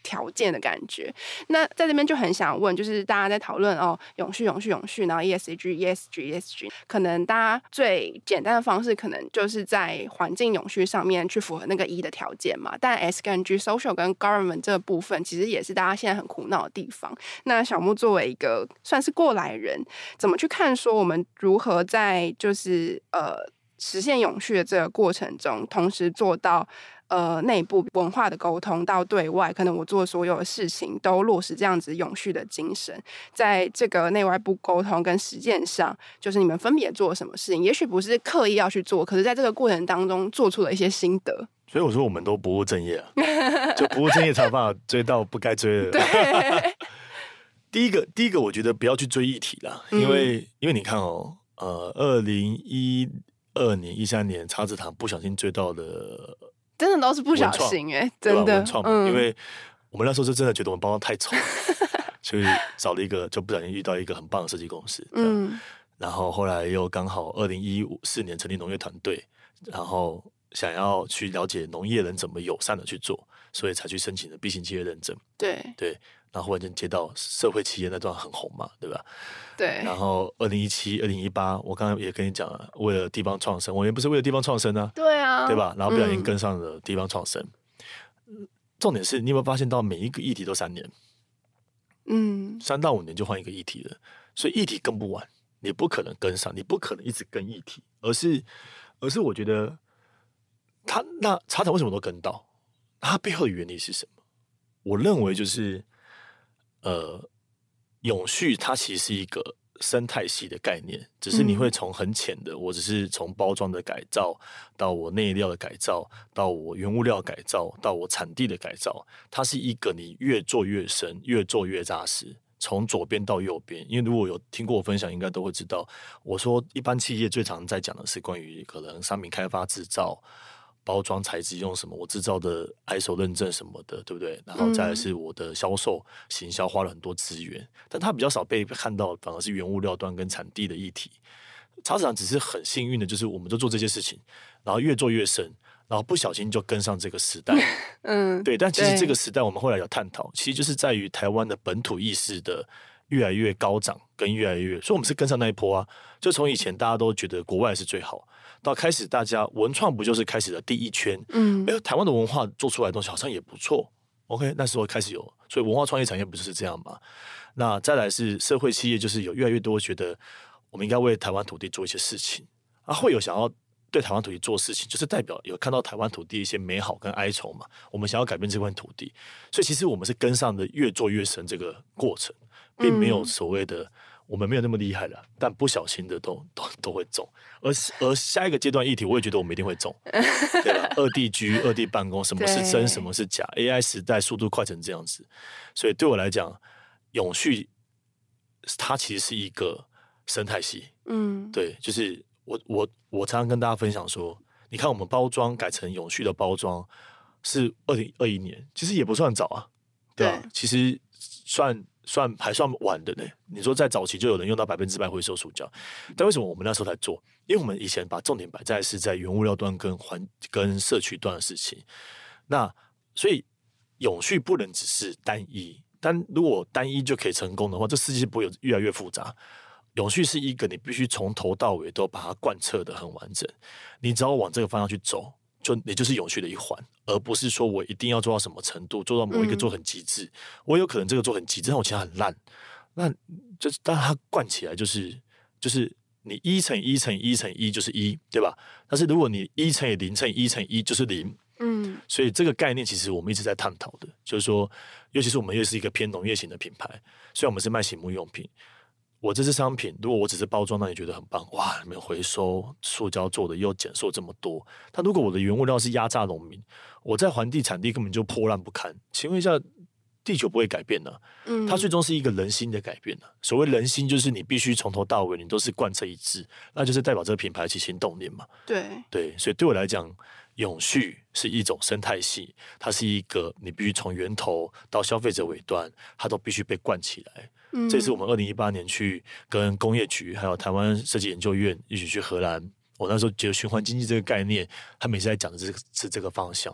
条件的感觉。那在这边就很想问，就是大家在讨论哦，永续、永续、永续，然后 E S G、E S G、E S G， 可能大家最简单的方式，可能就是在环境永续上面去符合那个 E 的条件嘛。但 S 跟 G、Social 跟 Government 这个部分，其实也是大家现在很苦恼的地方。那小木作为一个算是过来人，怎么去看说我们如何在就是呃实现永续的这个过程中，同时做到呃内部文化的沟通，到对外，可能我做所有的事情都落实这样子永续的精神，在这个内外部沟通跟实践上，就是你们分别做了什么事情？也许不是刻意要去做，可是在这个过程当中做出了一些心得。 所以我说我们都不务正业啊，就不务正业才有办法追到不该追的。 对。 第一个，第一个，我觉得不要去追议题啦，因为、嗯、因为你看哦，呃，二零一二年、一三年，茶籽堂不小心追到的， 真的都是不小心哎、欸，真的， 文创、嗯，因为我们那时候就真的觉得我们包装太丑，所以找了一个，就不小心遇到一个很棒的设计公司，嗯，然后后来又刚好二零一四年成立农业团队，然后想要去了解农业人怎么友善的去做，所以才去申请了 B 型企业认证， 对对。然后忽然间接到社会企业那段很红嘛，对吧？ 对。 然后二零一七、二零一八，我刚刚也跟你讲了，为了地方创生，我也不是为了地方创生啊， 对啊， 对吧？然后不小心跟上了地方创生。嗯、重点是你有没有发现到每一个议题都三年，嗯，三到五年就换一个议题了，所以议题跟不完，你不可能跟上，你不可能一直跟议题，而是，而是我觉得他那茶厂为什么都跟到？它背后的原理是什么？我认为就是。呃，永续它其实是一个生态系的概念，只是你会从很浅的，我只是从包装的改造到我内料的改造，到我原物料改造，到我产地的改造，它是一个你越做越深，越做越扎实，从左边到右边。因为如果有听过我分享，应该都会知道，我说一般企业最常在讲的是关于可能商品开发制造。包装材质用什么？我制造的 I S O 认证什么的，对不对？然后再来是我的销售、行销花了很多资源，但它比较少被看到，反而是原物料端跟产地的议题。茶籽堂只是很幸运的，就是我们就做这些事情，然后越做越深，然后不小心就跟上这个时代。嗯，对。但其实这个时代，我们后来有探讨，其实就是在于台湾的本土意识的越来越高涨，跟越来越，所以我们是跟上那一波啊。就从以前大家都觉得国外是最好。到开始，大家文创不就是开始的第一圈？嗯，哎，台湾的文化做出来的东西好像也不错。OK， 那时候开始有，所以文化创意产业不就是这样吗？那再来是社会企业，就是有越来越多觉得我们应该为台湾土地做一些事情啊，会有想要对台湾土地做事情，就是代表有看到台湾土地一些美好跟哀愁嘛。我们想要改变这块土地，所以其实我们是跟上的越做越深这个过程，并没有所谓的。嗯我们没有那么厉害了，但不小心的都都都会中。而而下一个阶段议题，我也觉得我们一定会中，对吧？二地居、二地办公，什么是真，什么是假 ？A I 时代速度快成这样子，所以对我来讲，永续它其实是一个生态系。嗯，对，就是我我我常常跟大家分享说，你看我们包装改成永续的包装是二零二一年，其实也不算早啊，对吧？对其实算。算还算晚的呢。你说在早期就有人用到百分之百回收塑胶，但为什么我们那时候才做？因为我们以前把重点摆在是在原物料端跟环跟社区端的事情。那所以永续不能只是单一，但如果单一就可以成功的话，这世界不会有越来越复杂。永续是一个你必须从头到尾都把它贯彻的很完整，你只要往这个方向去走。就你就是永续的一环，而不是说我一定要做到什么程度，做到某一个做很极致。嗯、我有可能这个做很极致，但我其他很烂，那就是但它灌起来就是就是你一乘以一乘以一乘以一就是一，对吧？但是如果你一乘以零乘以一乘以一就是零，嗯，所以这个概念其实我们一直在探讨的，就是说，尤其是我们又是一个偏农业型的品牌，虽然我们是卖醒目用品。我这支商品，如果我只是包装，那你觉得很棒哇？你们回收塑胶做的又减塑这么多，但如果我的原物料是压榨农民，我在环地产地根本就破烂不堪，请问一下，地球不会改变呢、啊？嗯，它最终是一个人心的改变呢、啊。所谓人心，就是你必须从头到尾你都是贯彻一致，那就是代表这个品牌起心动念嘛。 对对，所以对我来讲，永续是一种生态系，它是一个你必须从源头到消费者尾端，它都必须被灌起来。嗯、这是我们二零一八年去跟工业局还有台湾设计研究院一起去荷兰，我那时候觉得循环经济这个概念，他每次在讲的是是这个方向。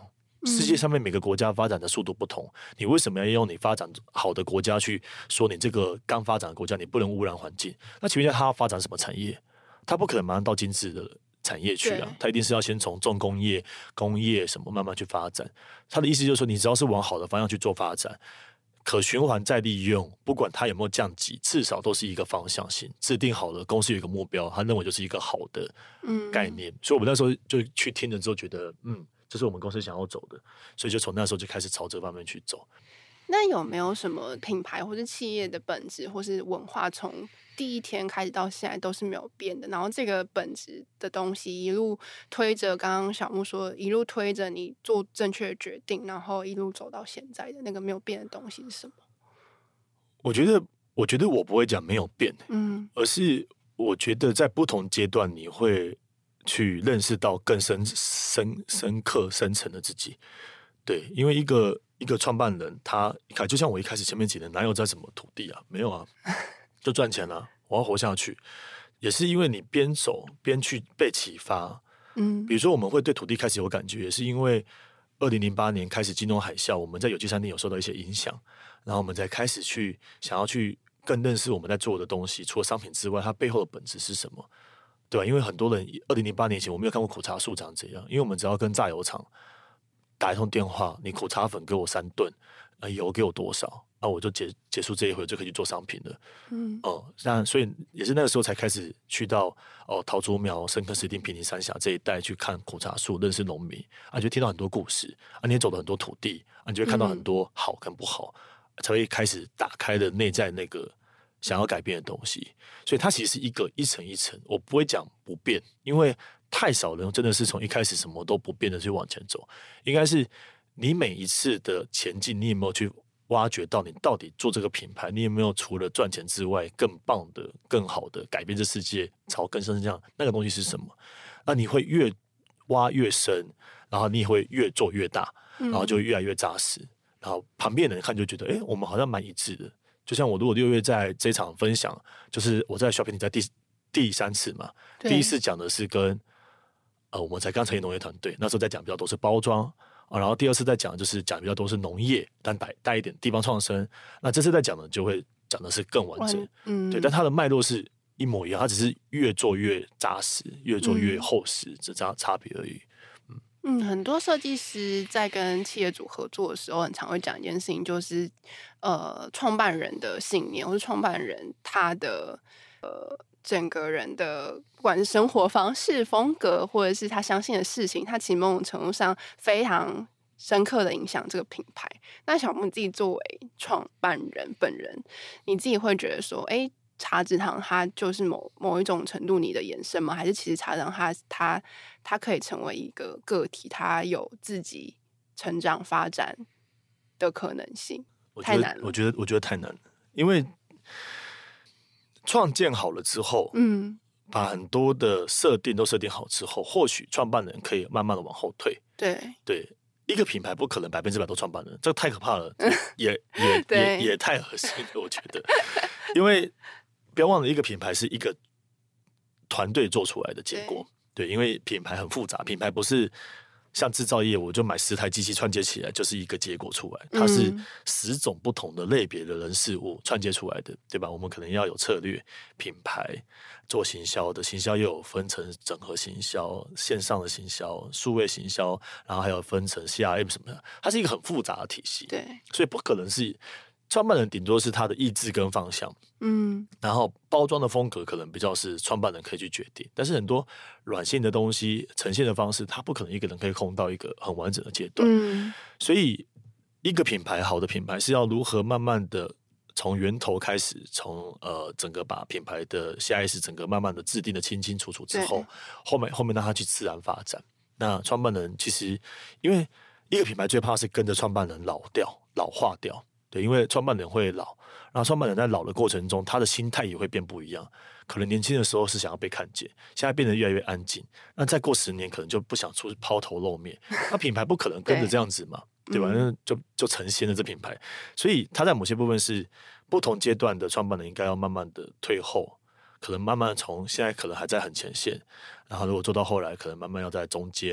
世界上面每个国家发展的速度不同，你为什么要用你发展好的国家去说你这个刚发展的国家你不能污染环境？那请问一下，他要发展什么产业？他不可能马上到精致的产业去啊，他一定是要先从重工业、工业什么慢慢去发展。他的意思就是说，你只要是往好的方向去做发展，可循环再利用，不管它有没有降级，至少都是一个方向性，制定好了，公司有一个目标，他认为就是一个好的概念。嗯、所以我们那时候就去听了之后，觉得嗯，这是我们公司想要走的，所以就从那时候就开始朝这方面去走。 那有没有什么品牌或是企业的本质或是文化，从第一天开始到现在都是没有变的？然后这个本质的东西一路推着，刚刚小木说，一路推着你做正确的决定，然后一路走到现在的那个没有变的东西是什么？ 我觉得，我觉得我不会讲没有变， 嗯， 而是我觉得在不同阶段，你会去认识到更深、深、深刻、深层的自己。对，因为一个一个创办人，他就像我一开始前面几年，哪有在什么土地啊？没有啊，就赚钱啊，我要活下去。也是因为你边走边去被启发，嗯，比如说我们会对土地开始有感觉，也是因为二零零八年开始金融海啸，我们在有机餐厅有受到一些影响，然后我们才开始去想要去更认识我们在做的东西，除了商品之外，它背后的本质是什么，对吧？因为很多人二零零八年前我没有看过苦茶树长怎样，因为我们只要跟榨油厂打一通电话，你苦茶粉给我三吨，呃，油给我多少，那我就结结束这一回，就可以去做商品了。嗯，哦、呃，那所以也是那个时候才开始去到哦桃竹苗、深坑、石碇、坪林、三峡这一带去看苦茶树，认识农民啊，就听到很多故事啊，你也走了很多土地啊，你就会看到很多好跟不好，嗯、才会开始打开了内在那个想要改变的东西。所以它其实是一个一层一层，我不会讲不变，因为太少人真的是从一开始什么都不变的去往前走，应该是你每一次的前进，你有没有去挖掘到你到底做这个品牌，你有没有除了赚钱之外更棒的、更好的改变这世界朝更深这样那个东西是什么？那你会越挖越深，然后你也会越做越大，然后就越来越扎实，然后旁边的人看就觉得，哎，我们好像蛮一致的。就像我如果六月在这场分享，就是我在 Shopping 在第第三次嘛，第一次讲的是跟呃我们才刚成立农业团队，那时候在讲比较多是包装啊，然后第二次在讲就是讲比较多是农业，但带带一点地方创生。那这次在讲的就会讲的是更完整，嗯，对，但它的脉络是一模一样，它只是越做越扎实，越做越厚实，只差差别而已。 嗯，很多设计师在跟企业主合作的时候，很常会讲一件事情，就是呃，创办人的信念，或是创办人他的呃整个人的不管是生活方式、风格，或者是他相信的事情，他其实某种程度上非常深刻的影响这个品牌。那小木自己作为创办人本人，你自己会觉得说，哎，茶籽堂它就是某某一种程度你的延伸吗？还是其实茶籽堂它它它可以成为一个个体，它有自己成长发展的可能性？太难了， 我觉得我觉得太难了，因为创建好了之后，嗯，把很多的设定都设定好之后，或许创办人可以慢慢的往后退。 对对，一个品牌不可能百分之百都创办人，这个太可怕了，也也也也太恶心了，我觉得，因为。不要忘了，一个品牌是一个团队做出来的结果。对，对，因为品牌很复杂，品牌不是像制造业，我就买十台机器串接起来就是一个结果出来，它是十种不同的类别的人事物串接出来的，对吧？我们可能要有策略、品牌做行销的，行销又有分成整合行销、线上的行销、数位行销，然后还有分成 C R M 什么的，它是一个很复杂的体系。 对， 所以不可能是。创办人顶多是他的意志跟方向，嗯，然后包装的风格可能比较是创办人可以去决定，但是很多软性的东西呈现的方式，他不可能一个人可以控到一个很完整的阶段，嗯，所以一个品牌好的品牌是要如何慢慢的从源头开始，从呃整个把品牌的 C I S 整个慢慢的制定的清清楚楚之后，后面后面让它去自然发展。那创办人其实因为一个品牌最怕是跟着创办人老掉、老化掉。对，因为创办人会老，然后创办人在老的过程中，他的心态也会变不一样。可能年轻的时候是想要被看见，现在变得越来越安静。那再过十年，可能就不想出抛头露面。那品牌不可能跟着这样子嘛，对, 对吧？嗯、就就成仙了这品牌。所以他在某些部分是不同阶段的创办人应该要慢慢的退后，可能慢慢从现在可能还在很前线，然后如果做到后来，可能慢慢要在中间。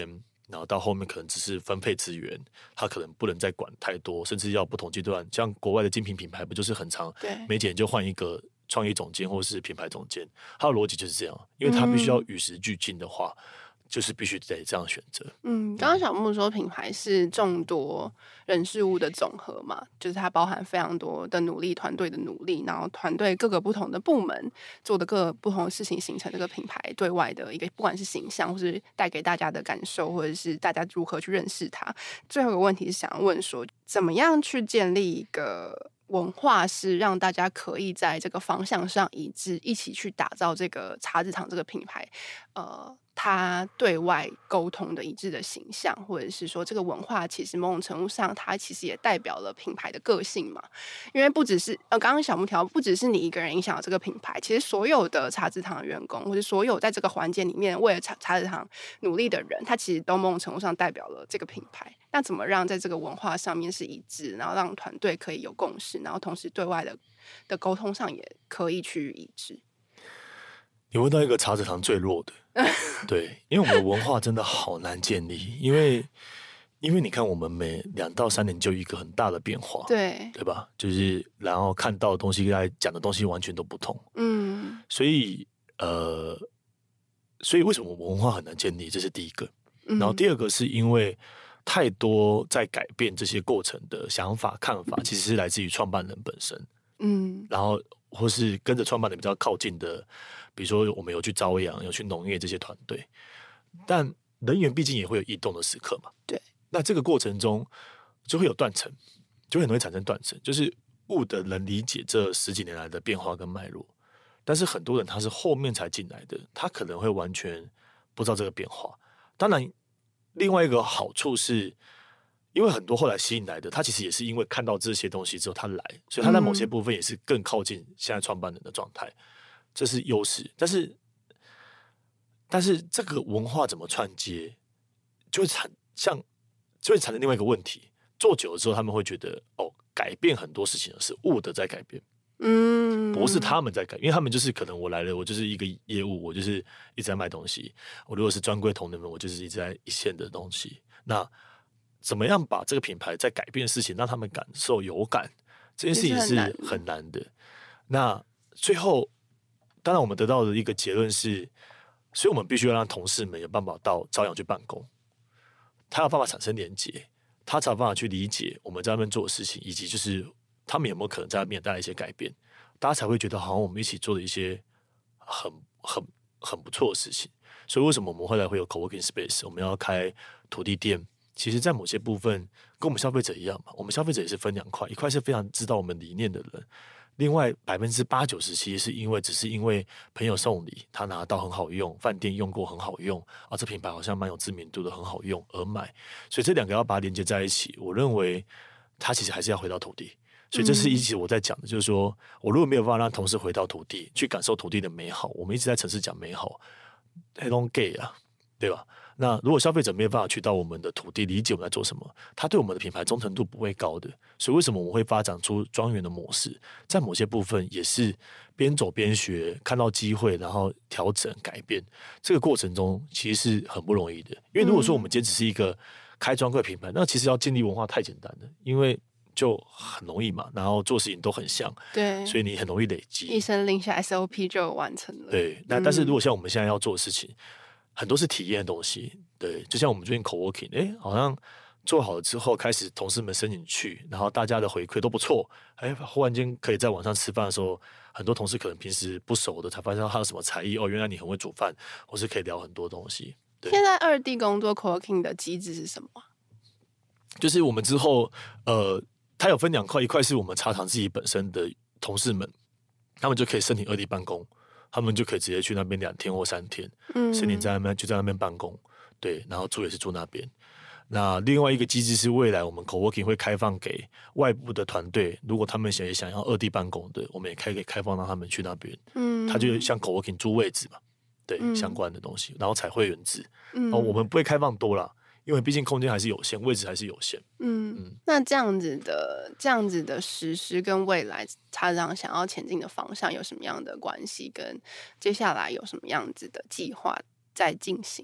然后到后面可能只是分配资源，他可能不能再管太多，甚至要不同阶段，像国外的精品品牌不就是很长，每几年就换一个创意总监或是品牌总监，他的逻辑就是这样，因为他必须要与时俱进的话。嗯就是必须得这样选择。 嗯，刚刚小木说品牌是众多人事物的总和嘛，就是它包含非常多的努力，团队的努力，然后团队各个不同的部门做的各个不同的事情，形成这个品牌对外的一个不管是形象，或是带给大家的感受，或者是大家如何去认识它。最后一个问题是想要问说，怎么样去建立一个文化是让大家可以在这个方向上一致，一起去打造这个茶子堂这个品牌，呃，它对外沟通的一致的形象，或者是说这个文化其实某种程度上，它其实也代表了品牌的个性嘛。因为不只是呃，刚刚小木条不只是你一个人影响了这个品牌，其实所有的茶子堂的员工，或者所有在这个环节里面为了茶茶子堂努力的人，他其实都某种程度上代表了这个品牌。那怎么让在这个文化上面是一致，然后让团队可以有共识，然后同时对外的的沟通上也可以趋于一致？ 你问到一个茶子堂最弱的，对，因为我们的文化真的好难建立，因为因为你看，我们每两到三年就一个很大的变化， 对对吧？就是然后看到的东西跟讲的东西完全都不同，嗯，所以呃，所以为什么文化很难建立？这是第一个，然后第二个是因为太多在改变这些过程的想法、看法，其实是来自于创办人本身，嗯，然后或是跟着创办人比较靠近的。比如说，我们有去朝阳，有去农业这些团队，但人员毕竟也会有异动的时刻嘛。 对， 那这个过程中就会有断层，就会很容易产生断层。就是物的人理解这十几年来的变化跟脉络，但是很多人他是后面才进来的，他可能会完全不知道这个变化。当然，另外一个好处是，因为很多后来吸引来的，他其实也是因为看到这些东西之后他来，所以他在某些部分也是更靠近现在创办人的状态。这是优势，但是，但是这个文化怎么串接，就会产像就会产生另外一个问题。做久了之后，他们会觉得哦，改变很多事情是物的在改变，嗯，不是他们在改，因为他们就是可能我来了，我就是一个业务，我就是一直在卖东西。我如果是专柜同仁们，我就是一直在一线的东西。那怎么样把这个品牌在改变的事情让他们感受有感，这件事情是很难的。那最后。当然，我们得到的一个结论是，所以我们必须要让同事们有办法到朝阳去办公，他有办法产生连结，他才有办法去理解我们在那边做的事情，以及就是他们有没有可能在那边带来一些改变，大家才会觉得好像我们一起做的一些很很很不错的事情。所以为什么我们后来会有 coworking space， 我们要开土地店？其实，在某些部分跟我们消费者一样嘛，我们消费者也是分两块，一块是非常知道我们理念的人。另外百分之八九十其实是因为只是因为朋友送礼，他拿到很好用，饭店用过很好用啊，这品牌好像蛮有知名度的，很好用而买。所以这两个要把它连接在一起，我认为它其实还是要回到土地。所以这是一直我在讲的，就是说我如果没有办法让同事回到土地，去感受土地的美好，我们一直在城市讲美好，那种 gay 啊，对吧？那如果消费者没有办法去到我们的土地理解我们在做什么，他对我们的品牌忠诚度不会高的。所以为什么我们会发展出庄园的模式？在某些部分也是边走边学，看到机会然后调整改变。这个过程中其实是很不容易的，因为如果说我们坚持是一个开专柜品牌，那其实要建立文化太简单了，因为就很容易嘛，然后做事情都很像， 对， 所以你很容易累积， 一声令下 S O P 就完成了。 对，那但是如果像我们现在要做的事情。很多是体验的东西，对，就像我们最近 coworking， 哎，好像做好了之后，开始同事们申请去，然后大家的回馈都不错，哎，忽然间可以在晚上吃饭的时候，很多同事可能平时不熟的，才发现他有什么才艺，哦，原来你很会煮饭，或是可以聊很多东西。 现在二地工作 coworking 的机制是什么？ 就是我们之后，呃，它有分两块，一块是我们茶厂自己本身的同事们，他们就可以申请二地办公。他们就可以直接去那边两天或三天，嗯，申请在那边就在那边办公，对，然后住也是住那边。那另外一个机制是未来我们 coworking 会开放给外部的团队，如果他们想也想要二地办公的，我们也可以开放让他们去那边，嗯，他就像 coworking 租位置嘛，对，嗯、相关的东西，然后采会员制，嗯，我们不会开放多啦。因为毕竟空间还是有限，位置还是有限。嗯嗯，那这样子的这样子的实施跟未来茶厂想要前进的方向有什么样的关系？跟接下来有什么样子的计划在进行？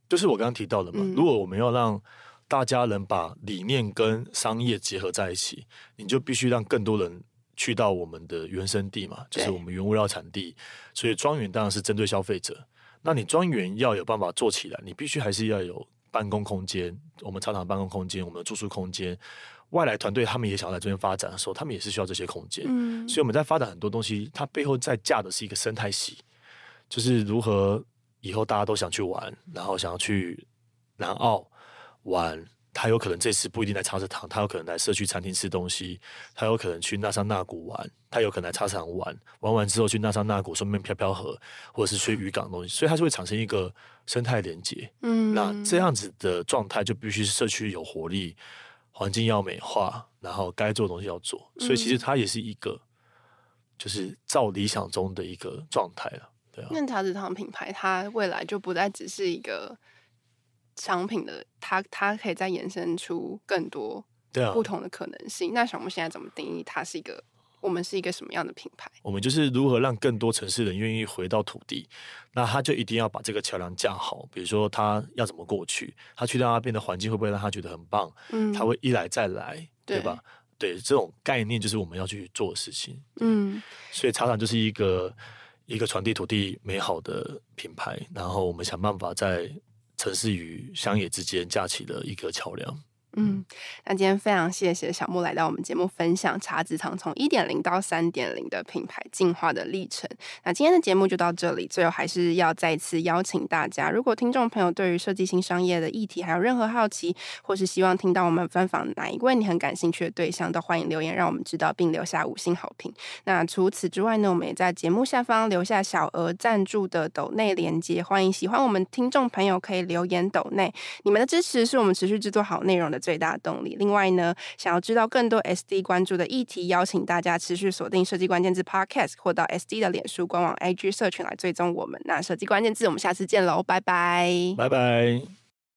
就是我刚刚提到的嘛，嗯、如果我们要让大家能把理念跟商业结合在一起，你就必须让更多人去到我们的原生地嘛，就是我们原物料产地。所以庄园当然是针对消费者，那你庄园要有办法做起来，你必须还是要有办公空间，我们茶厂办公空间，我们的住宿空间。外来团队他们也想要来这边发展的时候，他们也是需要这些空间。嗯，所以我们在发展很多东西，它背后在架的是一个生态系，就是如何以后大家都想去玩，然后想要去南澳玩，他有可能这次不一定来茶食堂，他有可能来社区餐厅吃东西，他有可能去那山那谷玩，他有可能来茶厂玩，玩完之后去那山那谷顺便飘飘河，或者是去渔港的东西，所以它就会产生一个生态连结。嗯，那这样子的状态就必须是社区有活力，环境要美化，然后该做的东西要做，所以其实它也是一个就是照理想中的一个状态了。对啊， 那茶食堂品牌它未来就不再只是一个商品的，它它可以再延伸出更多不同的可能性。那小木现在怎么定义它是一个？我们是一个什么样的品牌？ 我们就是如何让更多城市人愿意回到土地，那他就一定要把这个桥梁架好。比如说他要怎么过去，他去到那边的环境会不会让他觉得很棒？嗯，他会一来再来，对, 对吧？对，这种概念就是我们要去做的事情。嗯，所以茶厂就是一个一个传递土地美好的品牌，然后我们想办法在城市与乡野之间架起了一个桥梁。 嗯，那今天非常谢谢小木来到我们节目分享茶子堂从 一点零 到 三点零 的品牌进化的历程。那今天的节目就到这里，最后还是要再次邀请大家，如果听众朋友对于设计新商业的议题还有任何好奇，或是希望听到我们专访哪一位你很感兴趣的对象，都欢迎留言让我们知道，并留下五星好评。那除此之外呢，我们也在节目下方留下小额赞助的抖内连结，欢迎喜欢我们听众朋友可以留言抖内，你们的支持是我们持续制作好内容的最大的动力。另外呢，想要知道更多 S D 关注的议题，邀请大家持续锁定设计关键字 Podcast 或到 S D 的脸书官网 I G 社群来追踪我们。那设计关键字我们下次见喽，拜拜， 拜拜。